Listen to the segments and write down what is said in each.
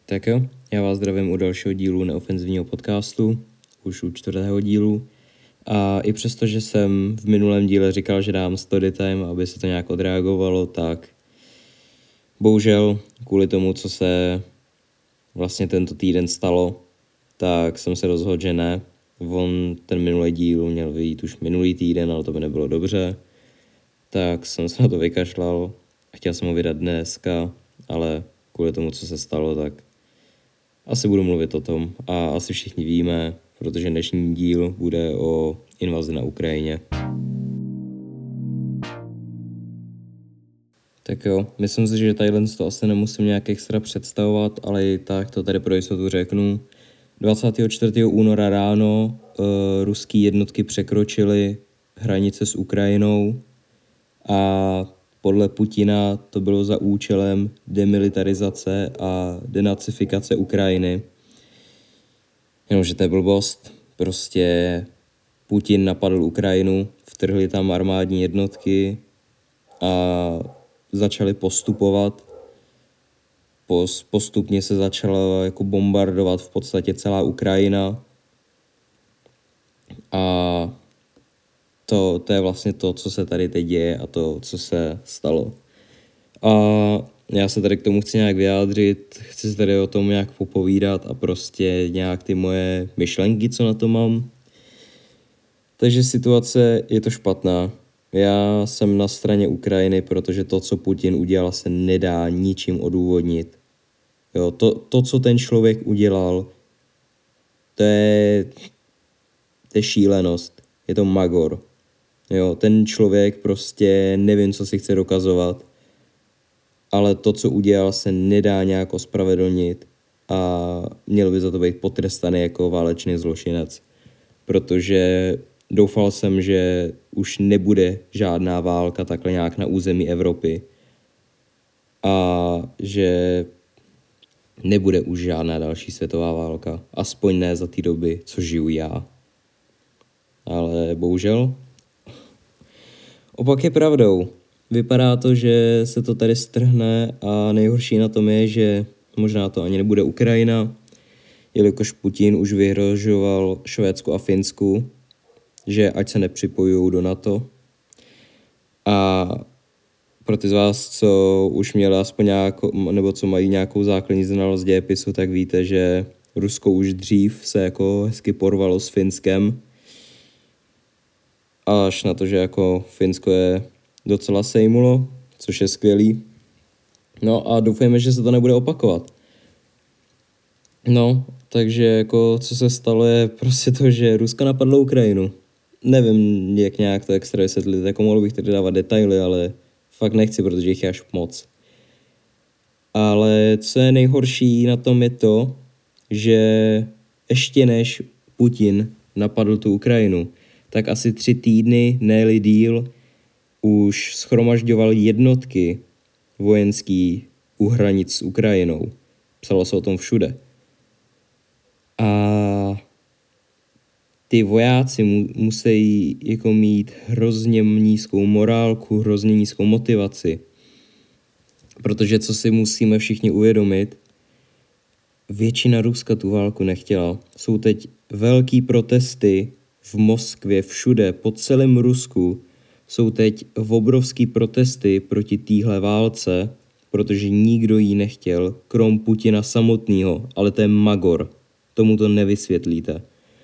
Tak jo, já vás zdravím u dalšího dílu neofenzivního podcastu, už u 4. dílu. A i přesto, že jsem v minulém díle říkal, že dám story time, aby se to nějak odreagovalo, tak bohužel kvůli tomu, co se vlastně tento týden stalo, tak jsem se rozhodl, že ne. Ten minulý díl měl vyjít už minulý týden, ale to by nebylo dobře. Tak jsem se na to vykašlal. Chtěl jsem ho vydat dneska, ale kvůli tomu, co se stalo, tak asi budu mluvit o tom a asi všichni víme, protože dnešní díl bude o invazi na Ukrajině. Tak jo, myslím si, že tadyhle to asi nemusím nějak extra představovat, ale i tak to tady pro jistotu řeknu. 24. února ráno ruský jednotky překročily hranice s Ukrajinou a podle Putina to bylo za účelem demilitarizace a denacifikace Ukrajiny. Jenomže to je blbost. Prostě Putin napadl Ukrajinu, vtrhli tam armádní jednotky a začali postupovat. Postupně se začala jako bombardovat v podstatě celá Ukrajina. A to je vlastně to, co se tady teď děje a to, co se stalo. A já se tady k tomu chci nějak vyjádřit, chci se tady o tom nějak popovídat a prostě nějak ty moje myšlenky, co na to mám. Takže situace je to špatná. Já jsem na straně Ukrajiny, protože to, co Putin udělal, se nedá ničím odůvodnit. Jo, to co ten člověk udělal, to je šílenost. Je to magor. Jo, ten člověk prostě nevím, co si chce dokazovat, ale to, co udělal, se nedá nějak ospravedlnit a měl by za to být potrestaný jako válečný zločinec. Protože doufal jsem, že už nebude žádná válka takhle nějak na území Evropy a že nebude už žádná další světová válka. Aspoň ne za té doby, co žiju já. Ale bohužel opak je pravdou. Vypadá to, že se to tady strhne a nejhorší na tom je, že možná to ani nebude Ukrajina, jelikož Putin už vyhrožoval Švédsku a Finsku, že ať se nepřipojují do NATO. A pro ty z vás, co už měli aspoň nebo co mají nějakou základní znalost dějepisu, tak víte, že Rusko už dřív se jako hezky porvalo s Finskem. Až na to, že jako Finsko je docela sejmulo, což je skvělý. No a doufejme, že se to nebude opakovat. No, takže jako co se stalo je prostě to, že Rusko napadlo Ukrajinu. Nevím, jak nějak to extra vysvětlit, jako mohl bych tady dávat detaily, ale fakt nechci, protože jich je až moc. Ale co je nejhorší na tom je to, že ještě než Putin napadl tu Ukrajinu, tak asi 3 týdny, ne-li díl, už shromažďoval jednotky vojenský u hranic s Ukrajinou. Psalo se o tom všude. A ty vojáci musí jako mít hrozně nízkou morálku, hrozně nízkou motivaci. Protože co si musíme všichni uvědomit, většina Ruska tu válku nechtěla. Jsou teď velký protesty v Moskvě, všude, po celém Rusku. Jsou teď obrovský protesty proti téhle válce, protože nikdo ji nechtěl, krom Putina samotného, ale to je magor. Tomu to nevysvětlíte.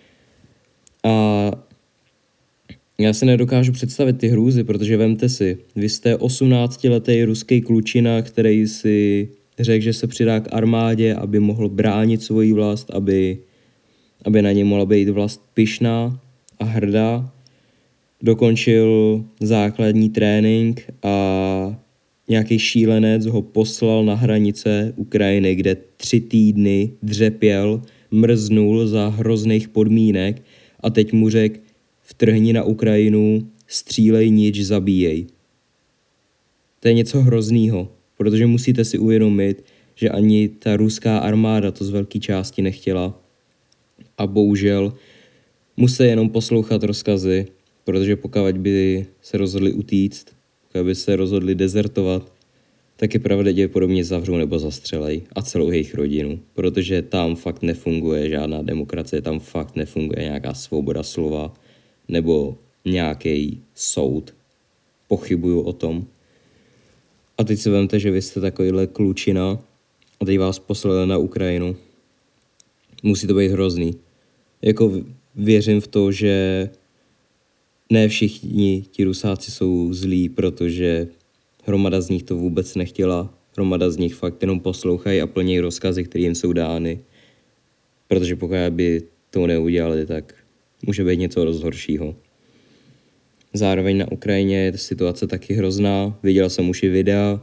A já si nedokážu představit ty hrůzy, protože vemte si, vy jste 18letý ruský klučina, který si řekl, že se přidá k armádě, aby mohl bránit svoji vlast, aby na ně mohla být vlast pyšná a hrdá. Dokončil základní trénink a nějaký šílenec ho poslal na hranice Ukrajiny, kde 3 týdny dřepěl, mrznul za hrozných podmínek a teď mu řekl, vtrhni na Ukrajinu, střílej, nič, zabíjej. To je něco hroznýho, protože musíte si uvědomit, že ani ta ruská armáda to z velké části nechtěla. A bohužel musí jenom poslouchat rozkazy, protože pokud by se rozhodli utíct, pokud by se rozhodli dezertovat, tak je pravděpodobně zavřou nebo zastřelej a celou jejich rodinu, protože tam fakt nefunguje žádná demokracie, tam fakt nefunguje nějaká svoboda slova nebo nějaký soud. Pochybuju o tom. A teď si vemte, že vy jste takovýhle klučina a teď vás poslali na Ukrajinu. Musí to být hrozný. Jako věřím v to, že ne všichni ti Rusáci jsou zlí, protože hromada z nich to vůbec nechtěla. Hromada z nich fakt jenom poslouchají a plní rozkazy, které jim jsou dány. Protože pokud by to neudělali, tak může být něco dost horšího. Zároveň na Ukrajině je situace taky hrozná. Viděl jsem už i videa.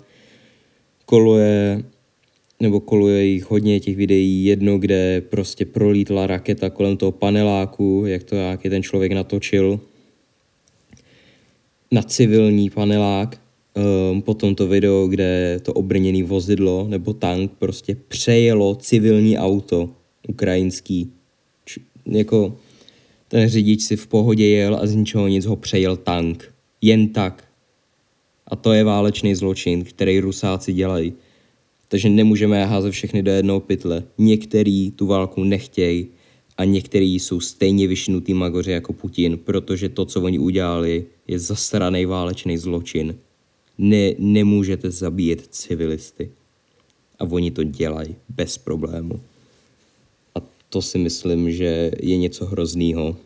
Koluje jich hodně těch videí. Jedno, kde prostě prolítla raketa kolem toho paneláku, jak to nějaký ten člověk natočil. Na civilní panelák. Potom to video, kde to obrněné vozidlo nebo tank prostě přejelo civilní auto ukrajinský. Jako ten řidič si v pohodě jel a z ničeho nic ho přejel tank. Jen tak. A to je válečný zločin, který Rusáci dělají. Takže nemůžeme házet všechny do jednoho pytle. Některý tu válku nechtějí a některý jsou stejně vyšinutý magoři jako Putin, protože to, co oni udělali, je zasraný válečný zločin. Nemůžete zabíjet civilisty. A oni to dělají bez problému. A to si myslím, že je něco hroznýho.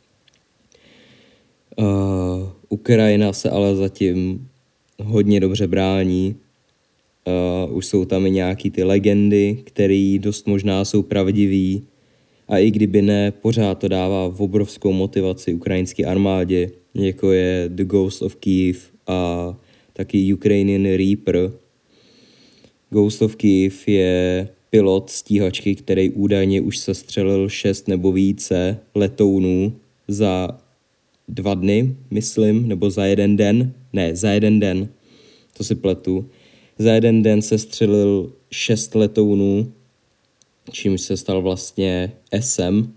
Ukrajina se ale zatím hodně dobře brání. Už jsou tam i nějaký ty legendy, které dost možná jsou pravdivý. A i kdyby ne, pořád to dává v obrovskou motivaci ukrajinské armádě, jako je The Ghost of Kyiv a taky Ukrainian Reaper. Ghost of Kyiv je pilot stíhačky, který údajně už sestřelil 6 nebo více letounů za 2 dny, myslím, nebo za 1 den. Ne, za 1 den, to si pletu. Za 1 den sestřelil 6 letounů, čímž se stal vlastně SM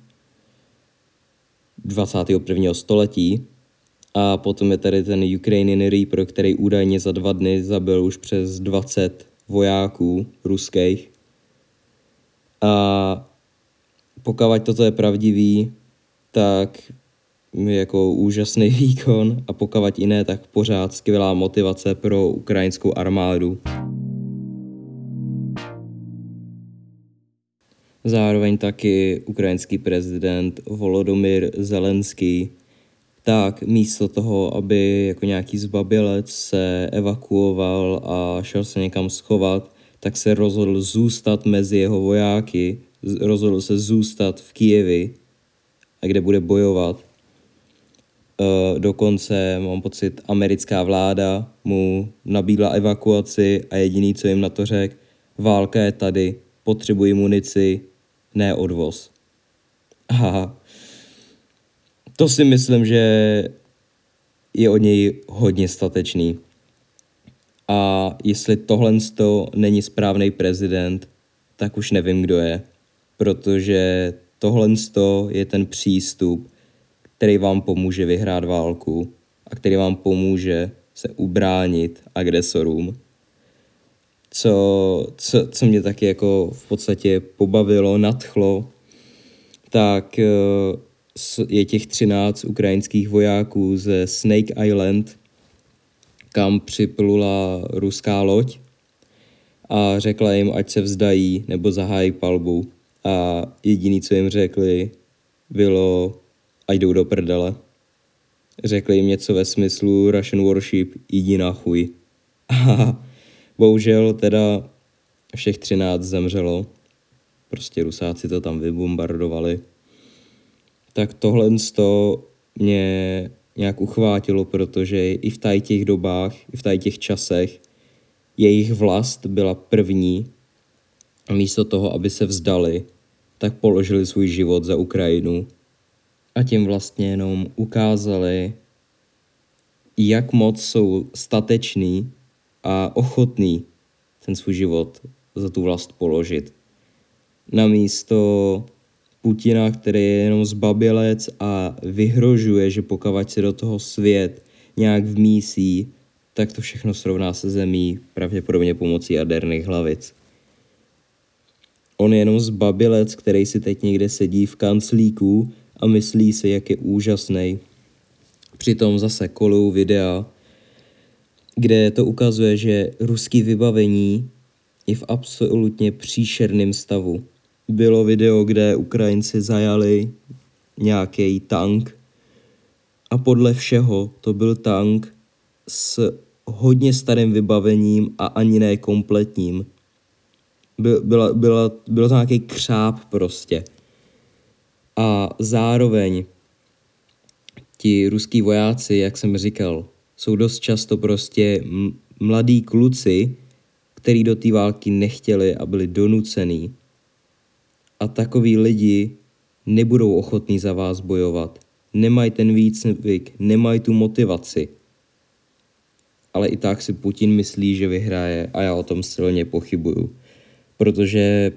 21. století. A potom je tady ten Ukrainian Reaper, který údajně za 2 dny zabil už přes 20 vojáků ruských. A pokud toto je pravdivý, tak jako úžasný výkon a pokud i ne, tak pořád skvělá motivace pro ukrajinskou armádu. Zároveň taky ukrajinský prezident Volodymyr Zelenský, tak místo toho, aby jako nějaký zbabělec se evakuoval a šel se někam schovat, tak se rozhodl zůstat mezi jeho vojáky, rozhodl se zůstat v Kyjevi, kde bude bojovat. Dokonce, mám pocit, americká vláda mu nabídla evakuaci a jediný, co jim na to řekl, válka je tady, potřebuji munici, ne odvoz. A to si myslím, že je od něj hodně statečný. A jestli tohle není správný prezident, tak už nevím, kdo je. Protože tohle je ten přístup, který vám pomůže vyhrát válku a který vám pomůže se ubránit agresorům. Co mě taky jako v podstatě pobavilo, nadchlo, tak je těch 13 ukrajinských vojáků ze Snake Island, kam připlula ruská loď a řekla jim, ať se vzdají nebo zahájí palbu. A jediný, co jim řekli, bylo, ať jdou do prdele. Řekli jim něco ve smyslu Russian warship, jdi na chuj. A bohužel teda všech 13 zemřelo. Prostě Rusáci to tam vybombardovali. Tak tohle mě nějak uchvátilo, protože i v těch dobách, i v těch časech jejich vlast byla první a místo toho, aby se vzdali, tak položili svůj život za Ukrajinu a tím vlastně jenom ukázali, jak moc jsou stateční a ochotní ten svůj život za tu vlast položit. Namísto Putina, který je jenom zbabělec a vyhrožuje, že pokud se do toho svět nějak vmísí tak to všechno srovná se zemí pravděpodobně pomocí jaderných hlavic. On je jenom zbabilec, který si teď někde sedí v kanclíku a myslí si, jak je úžasný. Přitom zase kolují videa, kde to ukazuje, že ruský vybavení je v absolutně příšerném stavu. Bylo video, kde Ukrajinci zajali nějaký tank a podle všeho to byl tank s hodně starým vybavením a ani ne kompletním. Byl to nějaký křáp prostě. A zároveň ti ruský vojáci, jak jsem říkal, jsou dost často prostě mladí kluci, který do té války nechtěli a byli donucený. A takový lidi nebudou ochotní za vás bojovat. Nemají ten výcvik, nemají tu motivaci. Ale i tak si Putin myslí, že vyhraje a já o tom silně pochybuju. Protože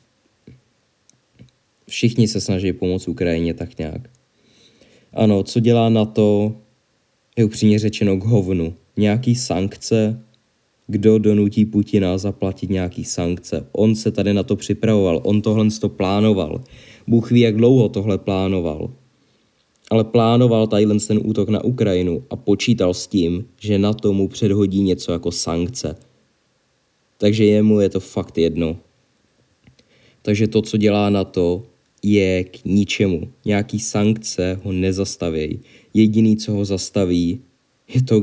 všichni se snaží pomoct Ukrajině tak nějak. Ano, co dělá NATO, je upřímně řečeno k hovnu. Nějaký sankce, kdo donutí Putina zaplatit nějaký sankce. On se tady na to připravoval, on tohle to plánoval. Bůh ví, jak dlouho tohle plánoval. Ale plánoval tadyhle ten útok na Ukrajinu a počítal s tím, že NATO mu předhodí něco jako sankce. Takže jemu je to fakt jedno. Takže to, co dělá NATO, je k ničemu. Nějaký sankce ho nezastaví. Jediný, co ho zastaví, je to,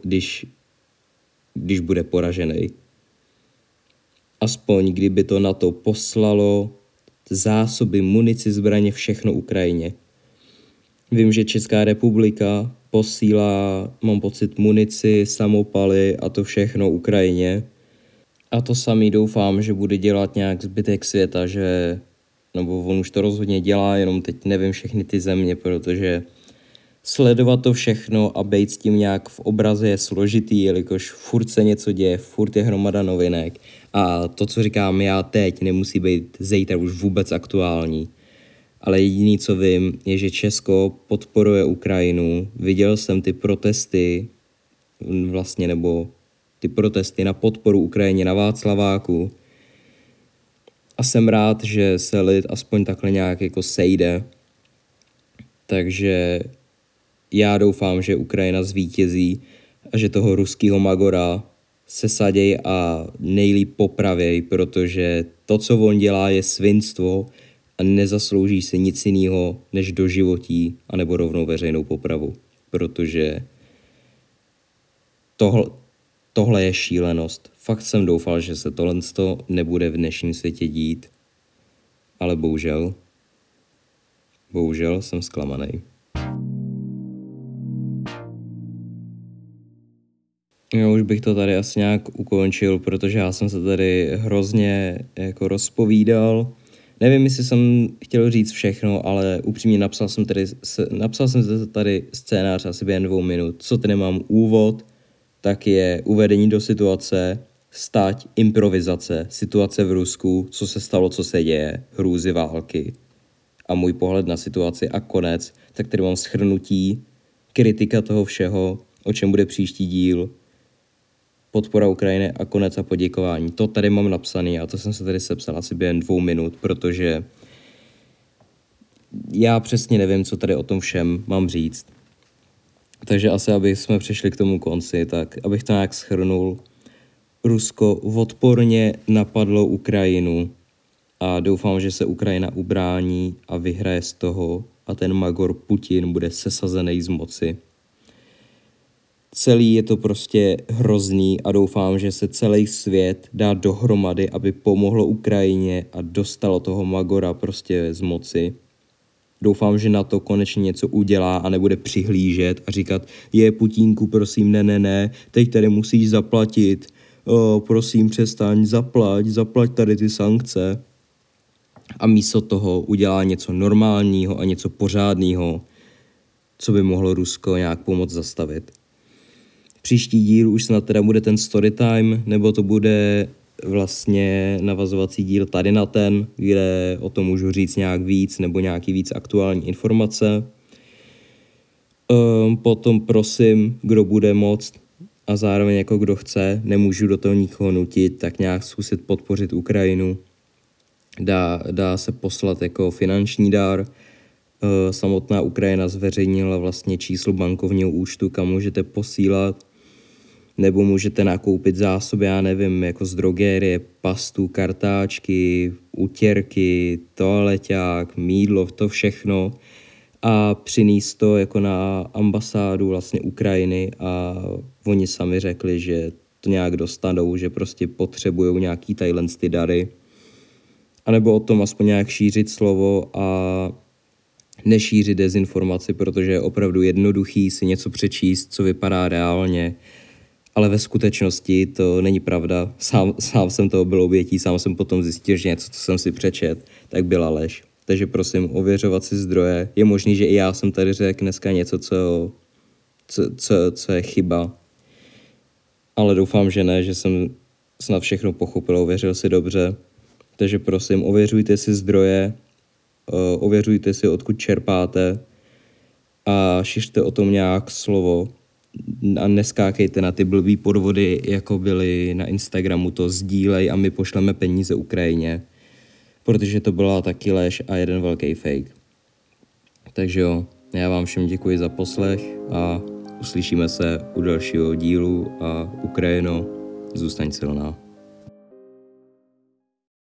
když bude poražený. Aspoň kdyby to NATO poslalo zásoby, munici, zbraně, všechno Ukrajině. Vím, že Česká republika posílá, mám pocit, munici, samopaly a to všechno Ukrajině. A to samý doufám, že bude dělat nějak zbytek světa, nebo on už to rozhodně dělá, jenom teď nevím všechny ty země, protože sledovat to všechno a být s tím nějak v obraze je složitý, jelikož furt se něco děje, furt je hromada novinek a to, co říkám já teď, nemusí být zítra už vůbec aktuální. Ale jediný, co vím, je, že Česko podporuje Ukrajinu. Viděl jsem ty protesty, nebo ty protesty na podporu Ukrajině na Václaváku. A jsem rád, že se lid aspoň takhle nějak jako sejde. Takže já doufám, že Ukrajina zvítězí a že toho ruského magora sesaděj a nejlíp popravěj, protože to, co on dělá, je svinstvo a nezaslouží se nic jiného než doživotí anebo rovnou veřejnou popravu, protože tohle je šílenost. Fakt jsem doufal, že se tohle nebude v dnešním světě dít, ale bohužel jsem zklamaný. Já už bych to tady asi nějak ukončil, protože já jsem se tady hrozně jako rozpovídal. Nevím, jestli jsem chtěl říct všechno, ale upřímně napsal jsem tady scénář asi během 2 minut. Co tady mám úvod, tak je uvedení do situace, stať, improvizace, situace v Rusku, co se stalo, co se děje, hrůzy války a můj pohled na situaci a konec, tak tady mám shrnutí, kritika toho všeho, o čem bude příští díl, podpora Ukrajiny a konec a poděkování. To tady mám napsaný a to jsem se tady sepsal asi během 2 minut, protože já přesně nevím, co tady o tom všem mám říct. Takže asi, aby jsme přišli k tomu konci, tak abych to nějak shrnul. Rusko odporně napadlo Ukrajinu a doufám, že se Ukrajina ubrání a vyhraje z toho a ten magor Putin bude sesazený z moci. Celý je to prostě hrozný a doufám, že se celý svět dá dohromady, aby pomohlo Ukrajině a dostalo toho magora prostě z moci. Doufám, že na to konečně něco udělá a nebude přihlížet a říkat, Putínku, prosím, ne, teď tady musíš zaplatit, prosím, přestaň, zaplať tady ty sankce. A místo toho udělá něco normálního a něco pořádného, co by mohlo Rusko nějak pomoct zastavit. Příští díl už snad teda bude ten story time, nebo to bude vlastně navazovací díl tady na ten, kde o tom můžu říct nějak víc, nebo nějaký víc aktuální informace. Potom prosím, kdo bude moct a zároveň jako kdo chce, nemůžu do toho nikoho nutit, tak nějak zkusit podpořit Ukrajinu. Dá se poslat jako finanční dar. Samotná Ukrajina zveřejnila vlastně číslo bankovního účtu, kam můžete posílat, nebo můžete nakoupit zásoby, já nevím, jako z drogerie, pastu, kartáčky, utěrky, toaleťák, mýdlo, to všechno a přinést to jako na ambasádu vlastně Ukrajiny a oni sami řekli, že to nějak dostanou, že prostě potřebujou nějaký ty dary. A nebo o tom aspoň nějak šířit slovo a nešířit dezinformaci, protože je opravdu jednoduchý si něco přečíst, co vypadá reálně, ale ve skutečnosti to není pravda. Sám jsem toho byl obětí, sám jsem potom zjistil, že něco, co jsem si přečet, tak byla lež. Takže prosím, ověřovat si zdroje. Je možný, že i já jsem tady řekl dneska něco, co je chyba. Ale doufám, že ne, že jsem snad všechno pochopil, ověřil si dobře. Takže prosím, ověřujte si zdroje, ověřujte si, odkud čerpáte a šiřte o tom nějak slovo. A neskákejte na ty blbý podvody, jako byly na Instagramu, to sdílej a my pošleme peníze Ukrajině. Protože to byla taky lež a jeden velký fake. Takže jo, já vám všem děkuji za poslech a uslyšíme se u dalšího dílu a Ukrajino, zůstaň silná.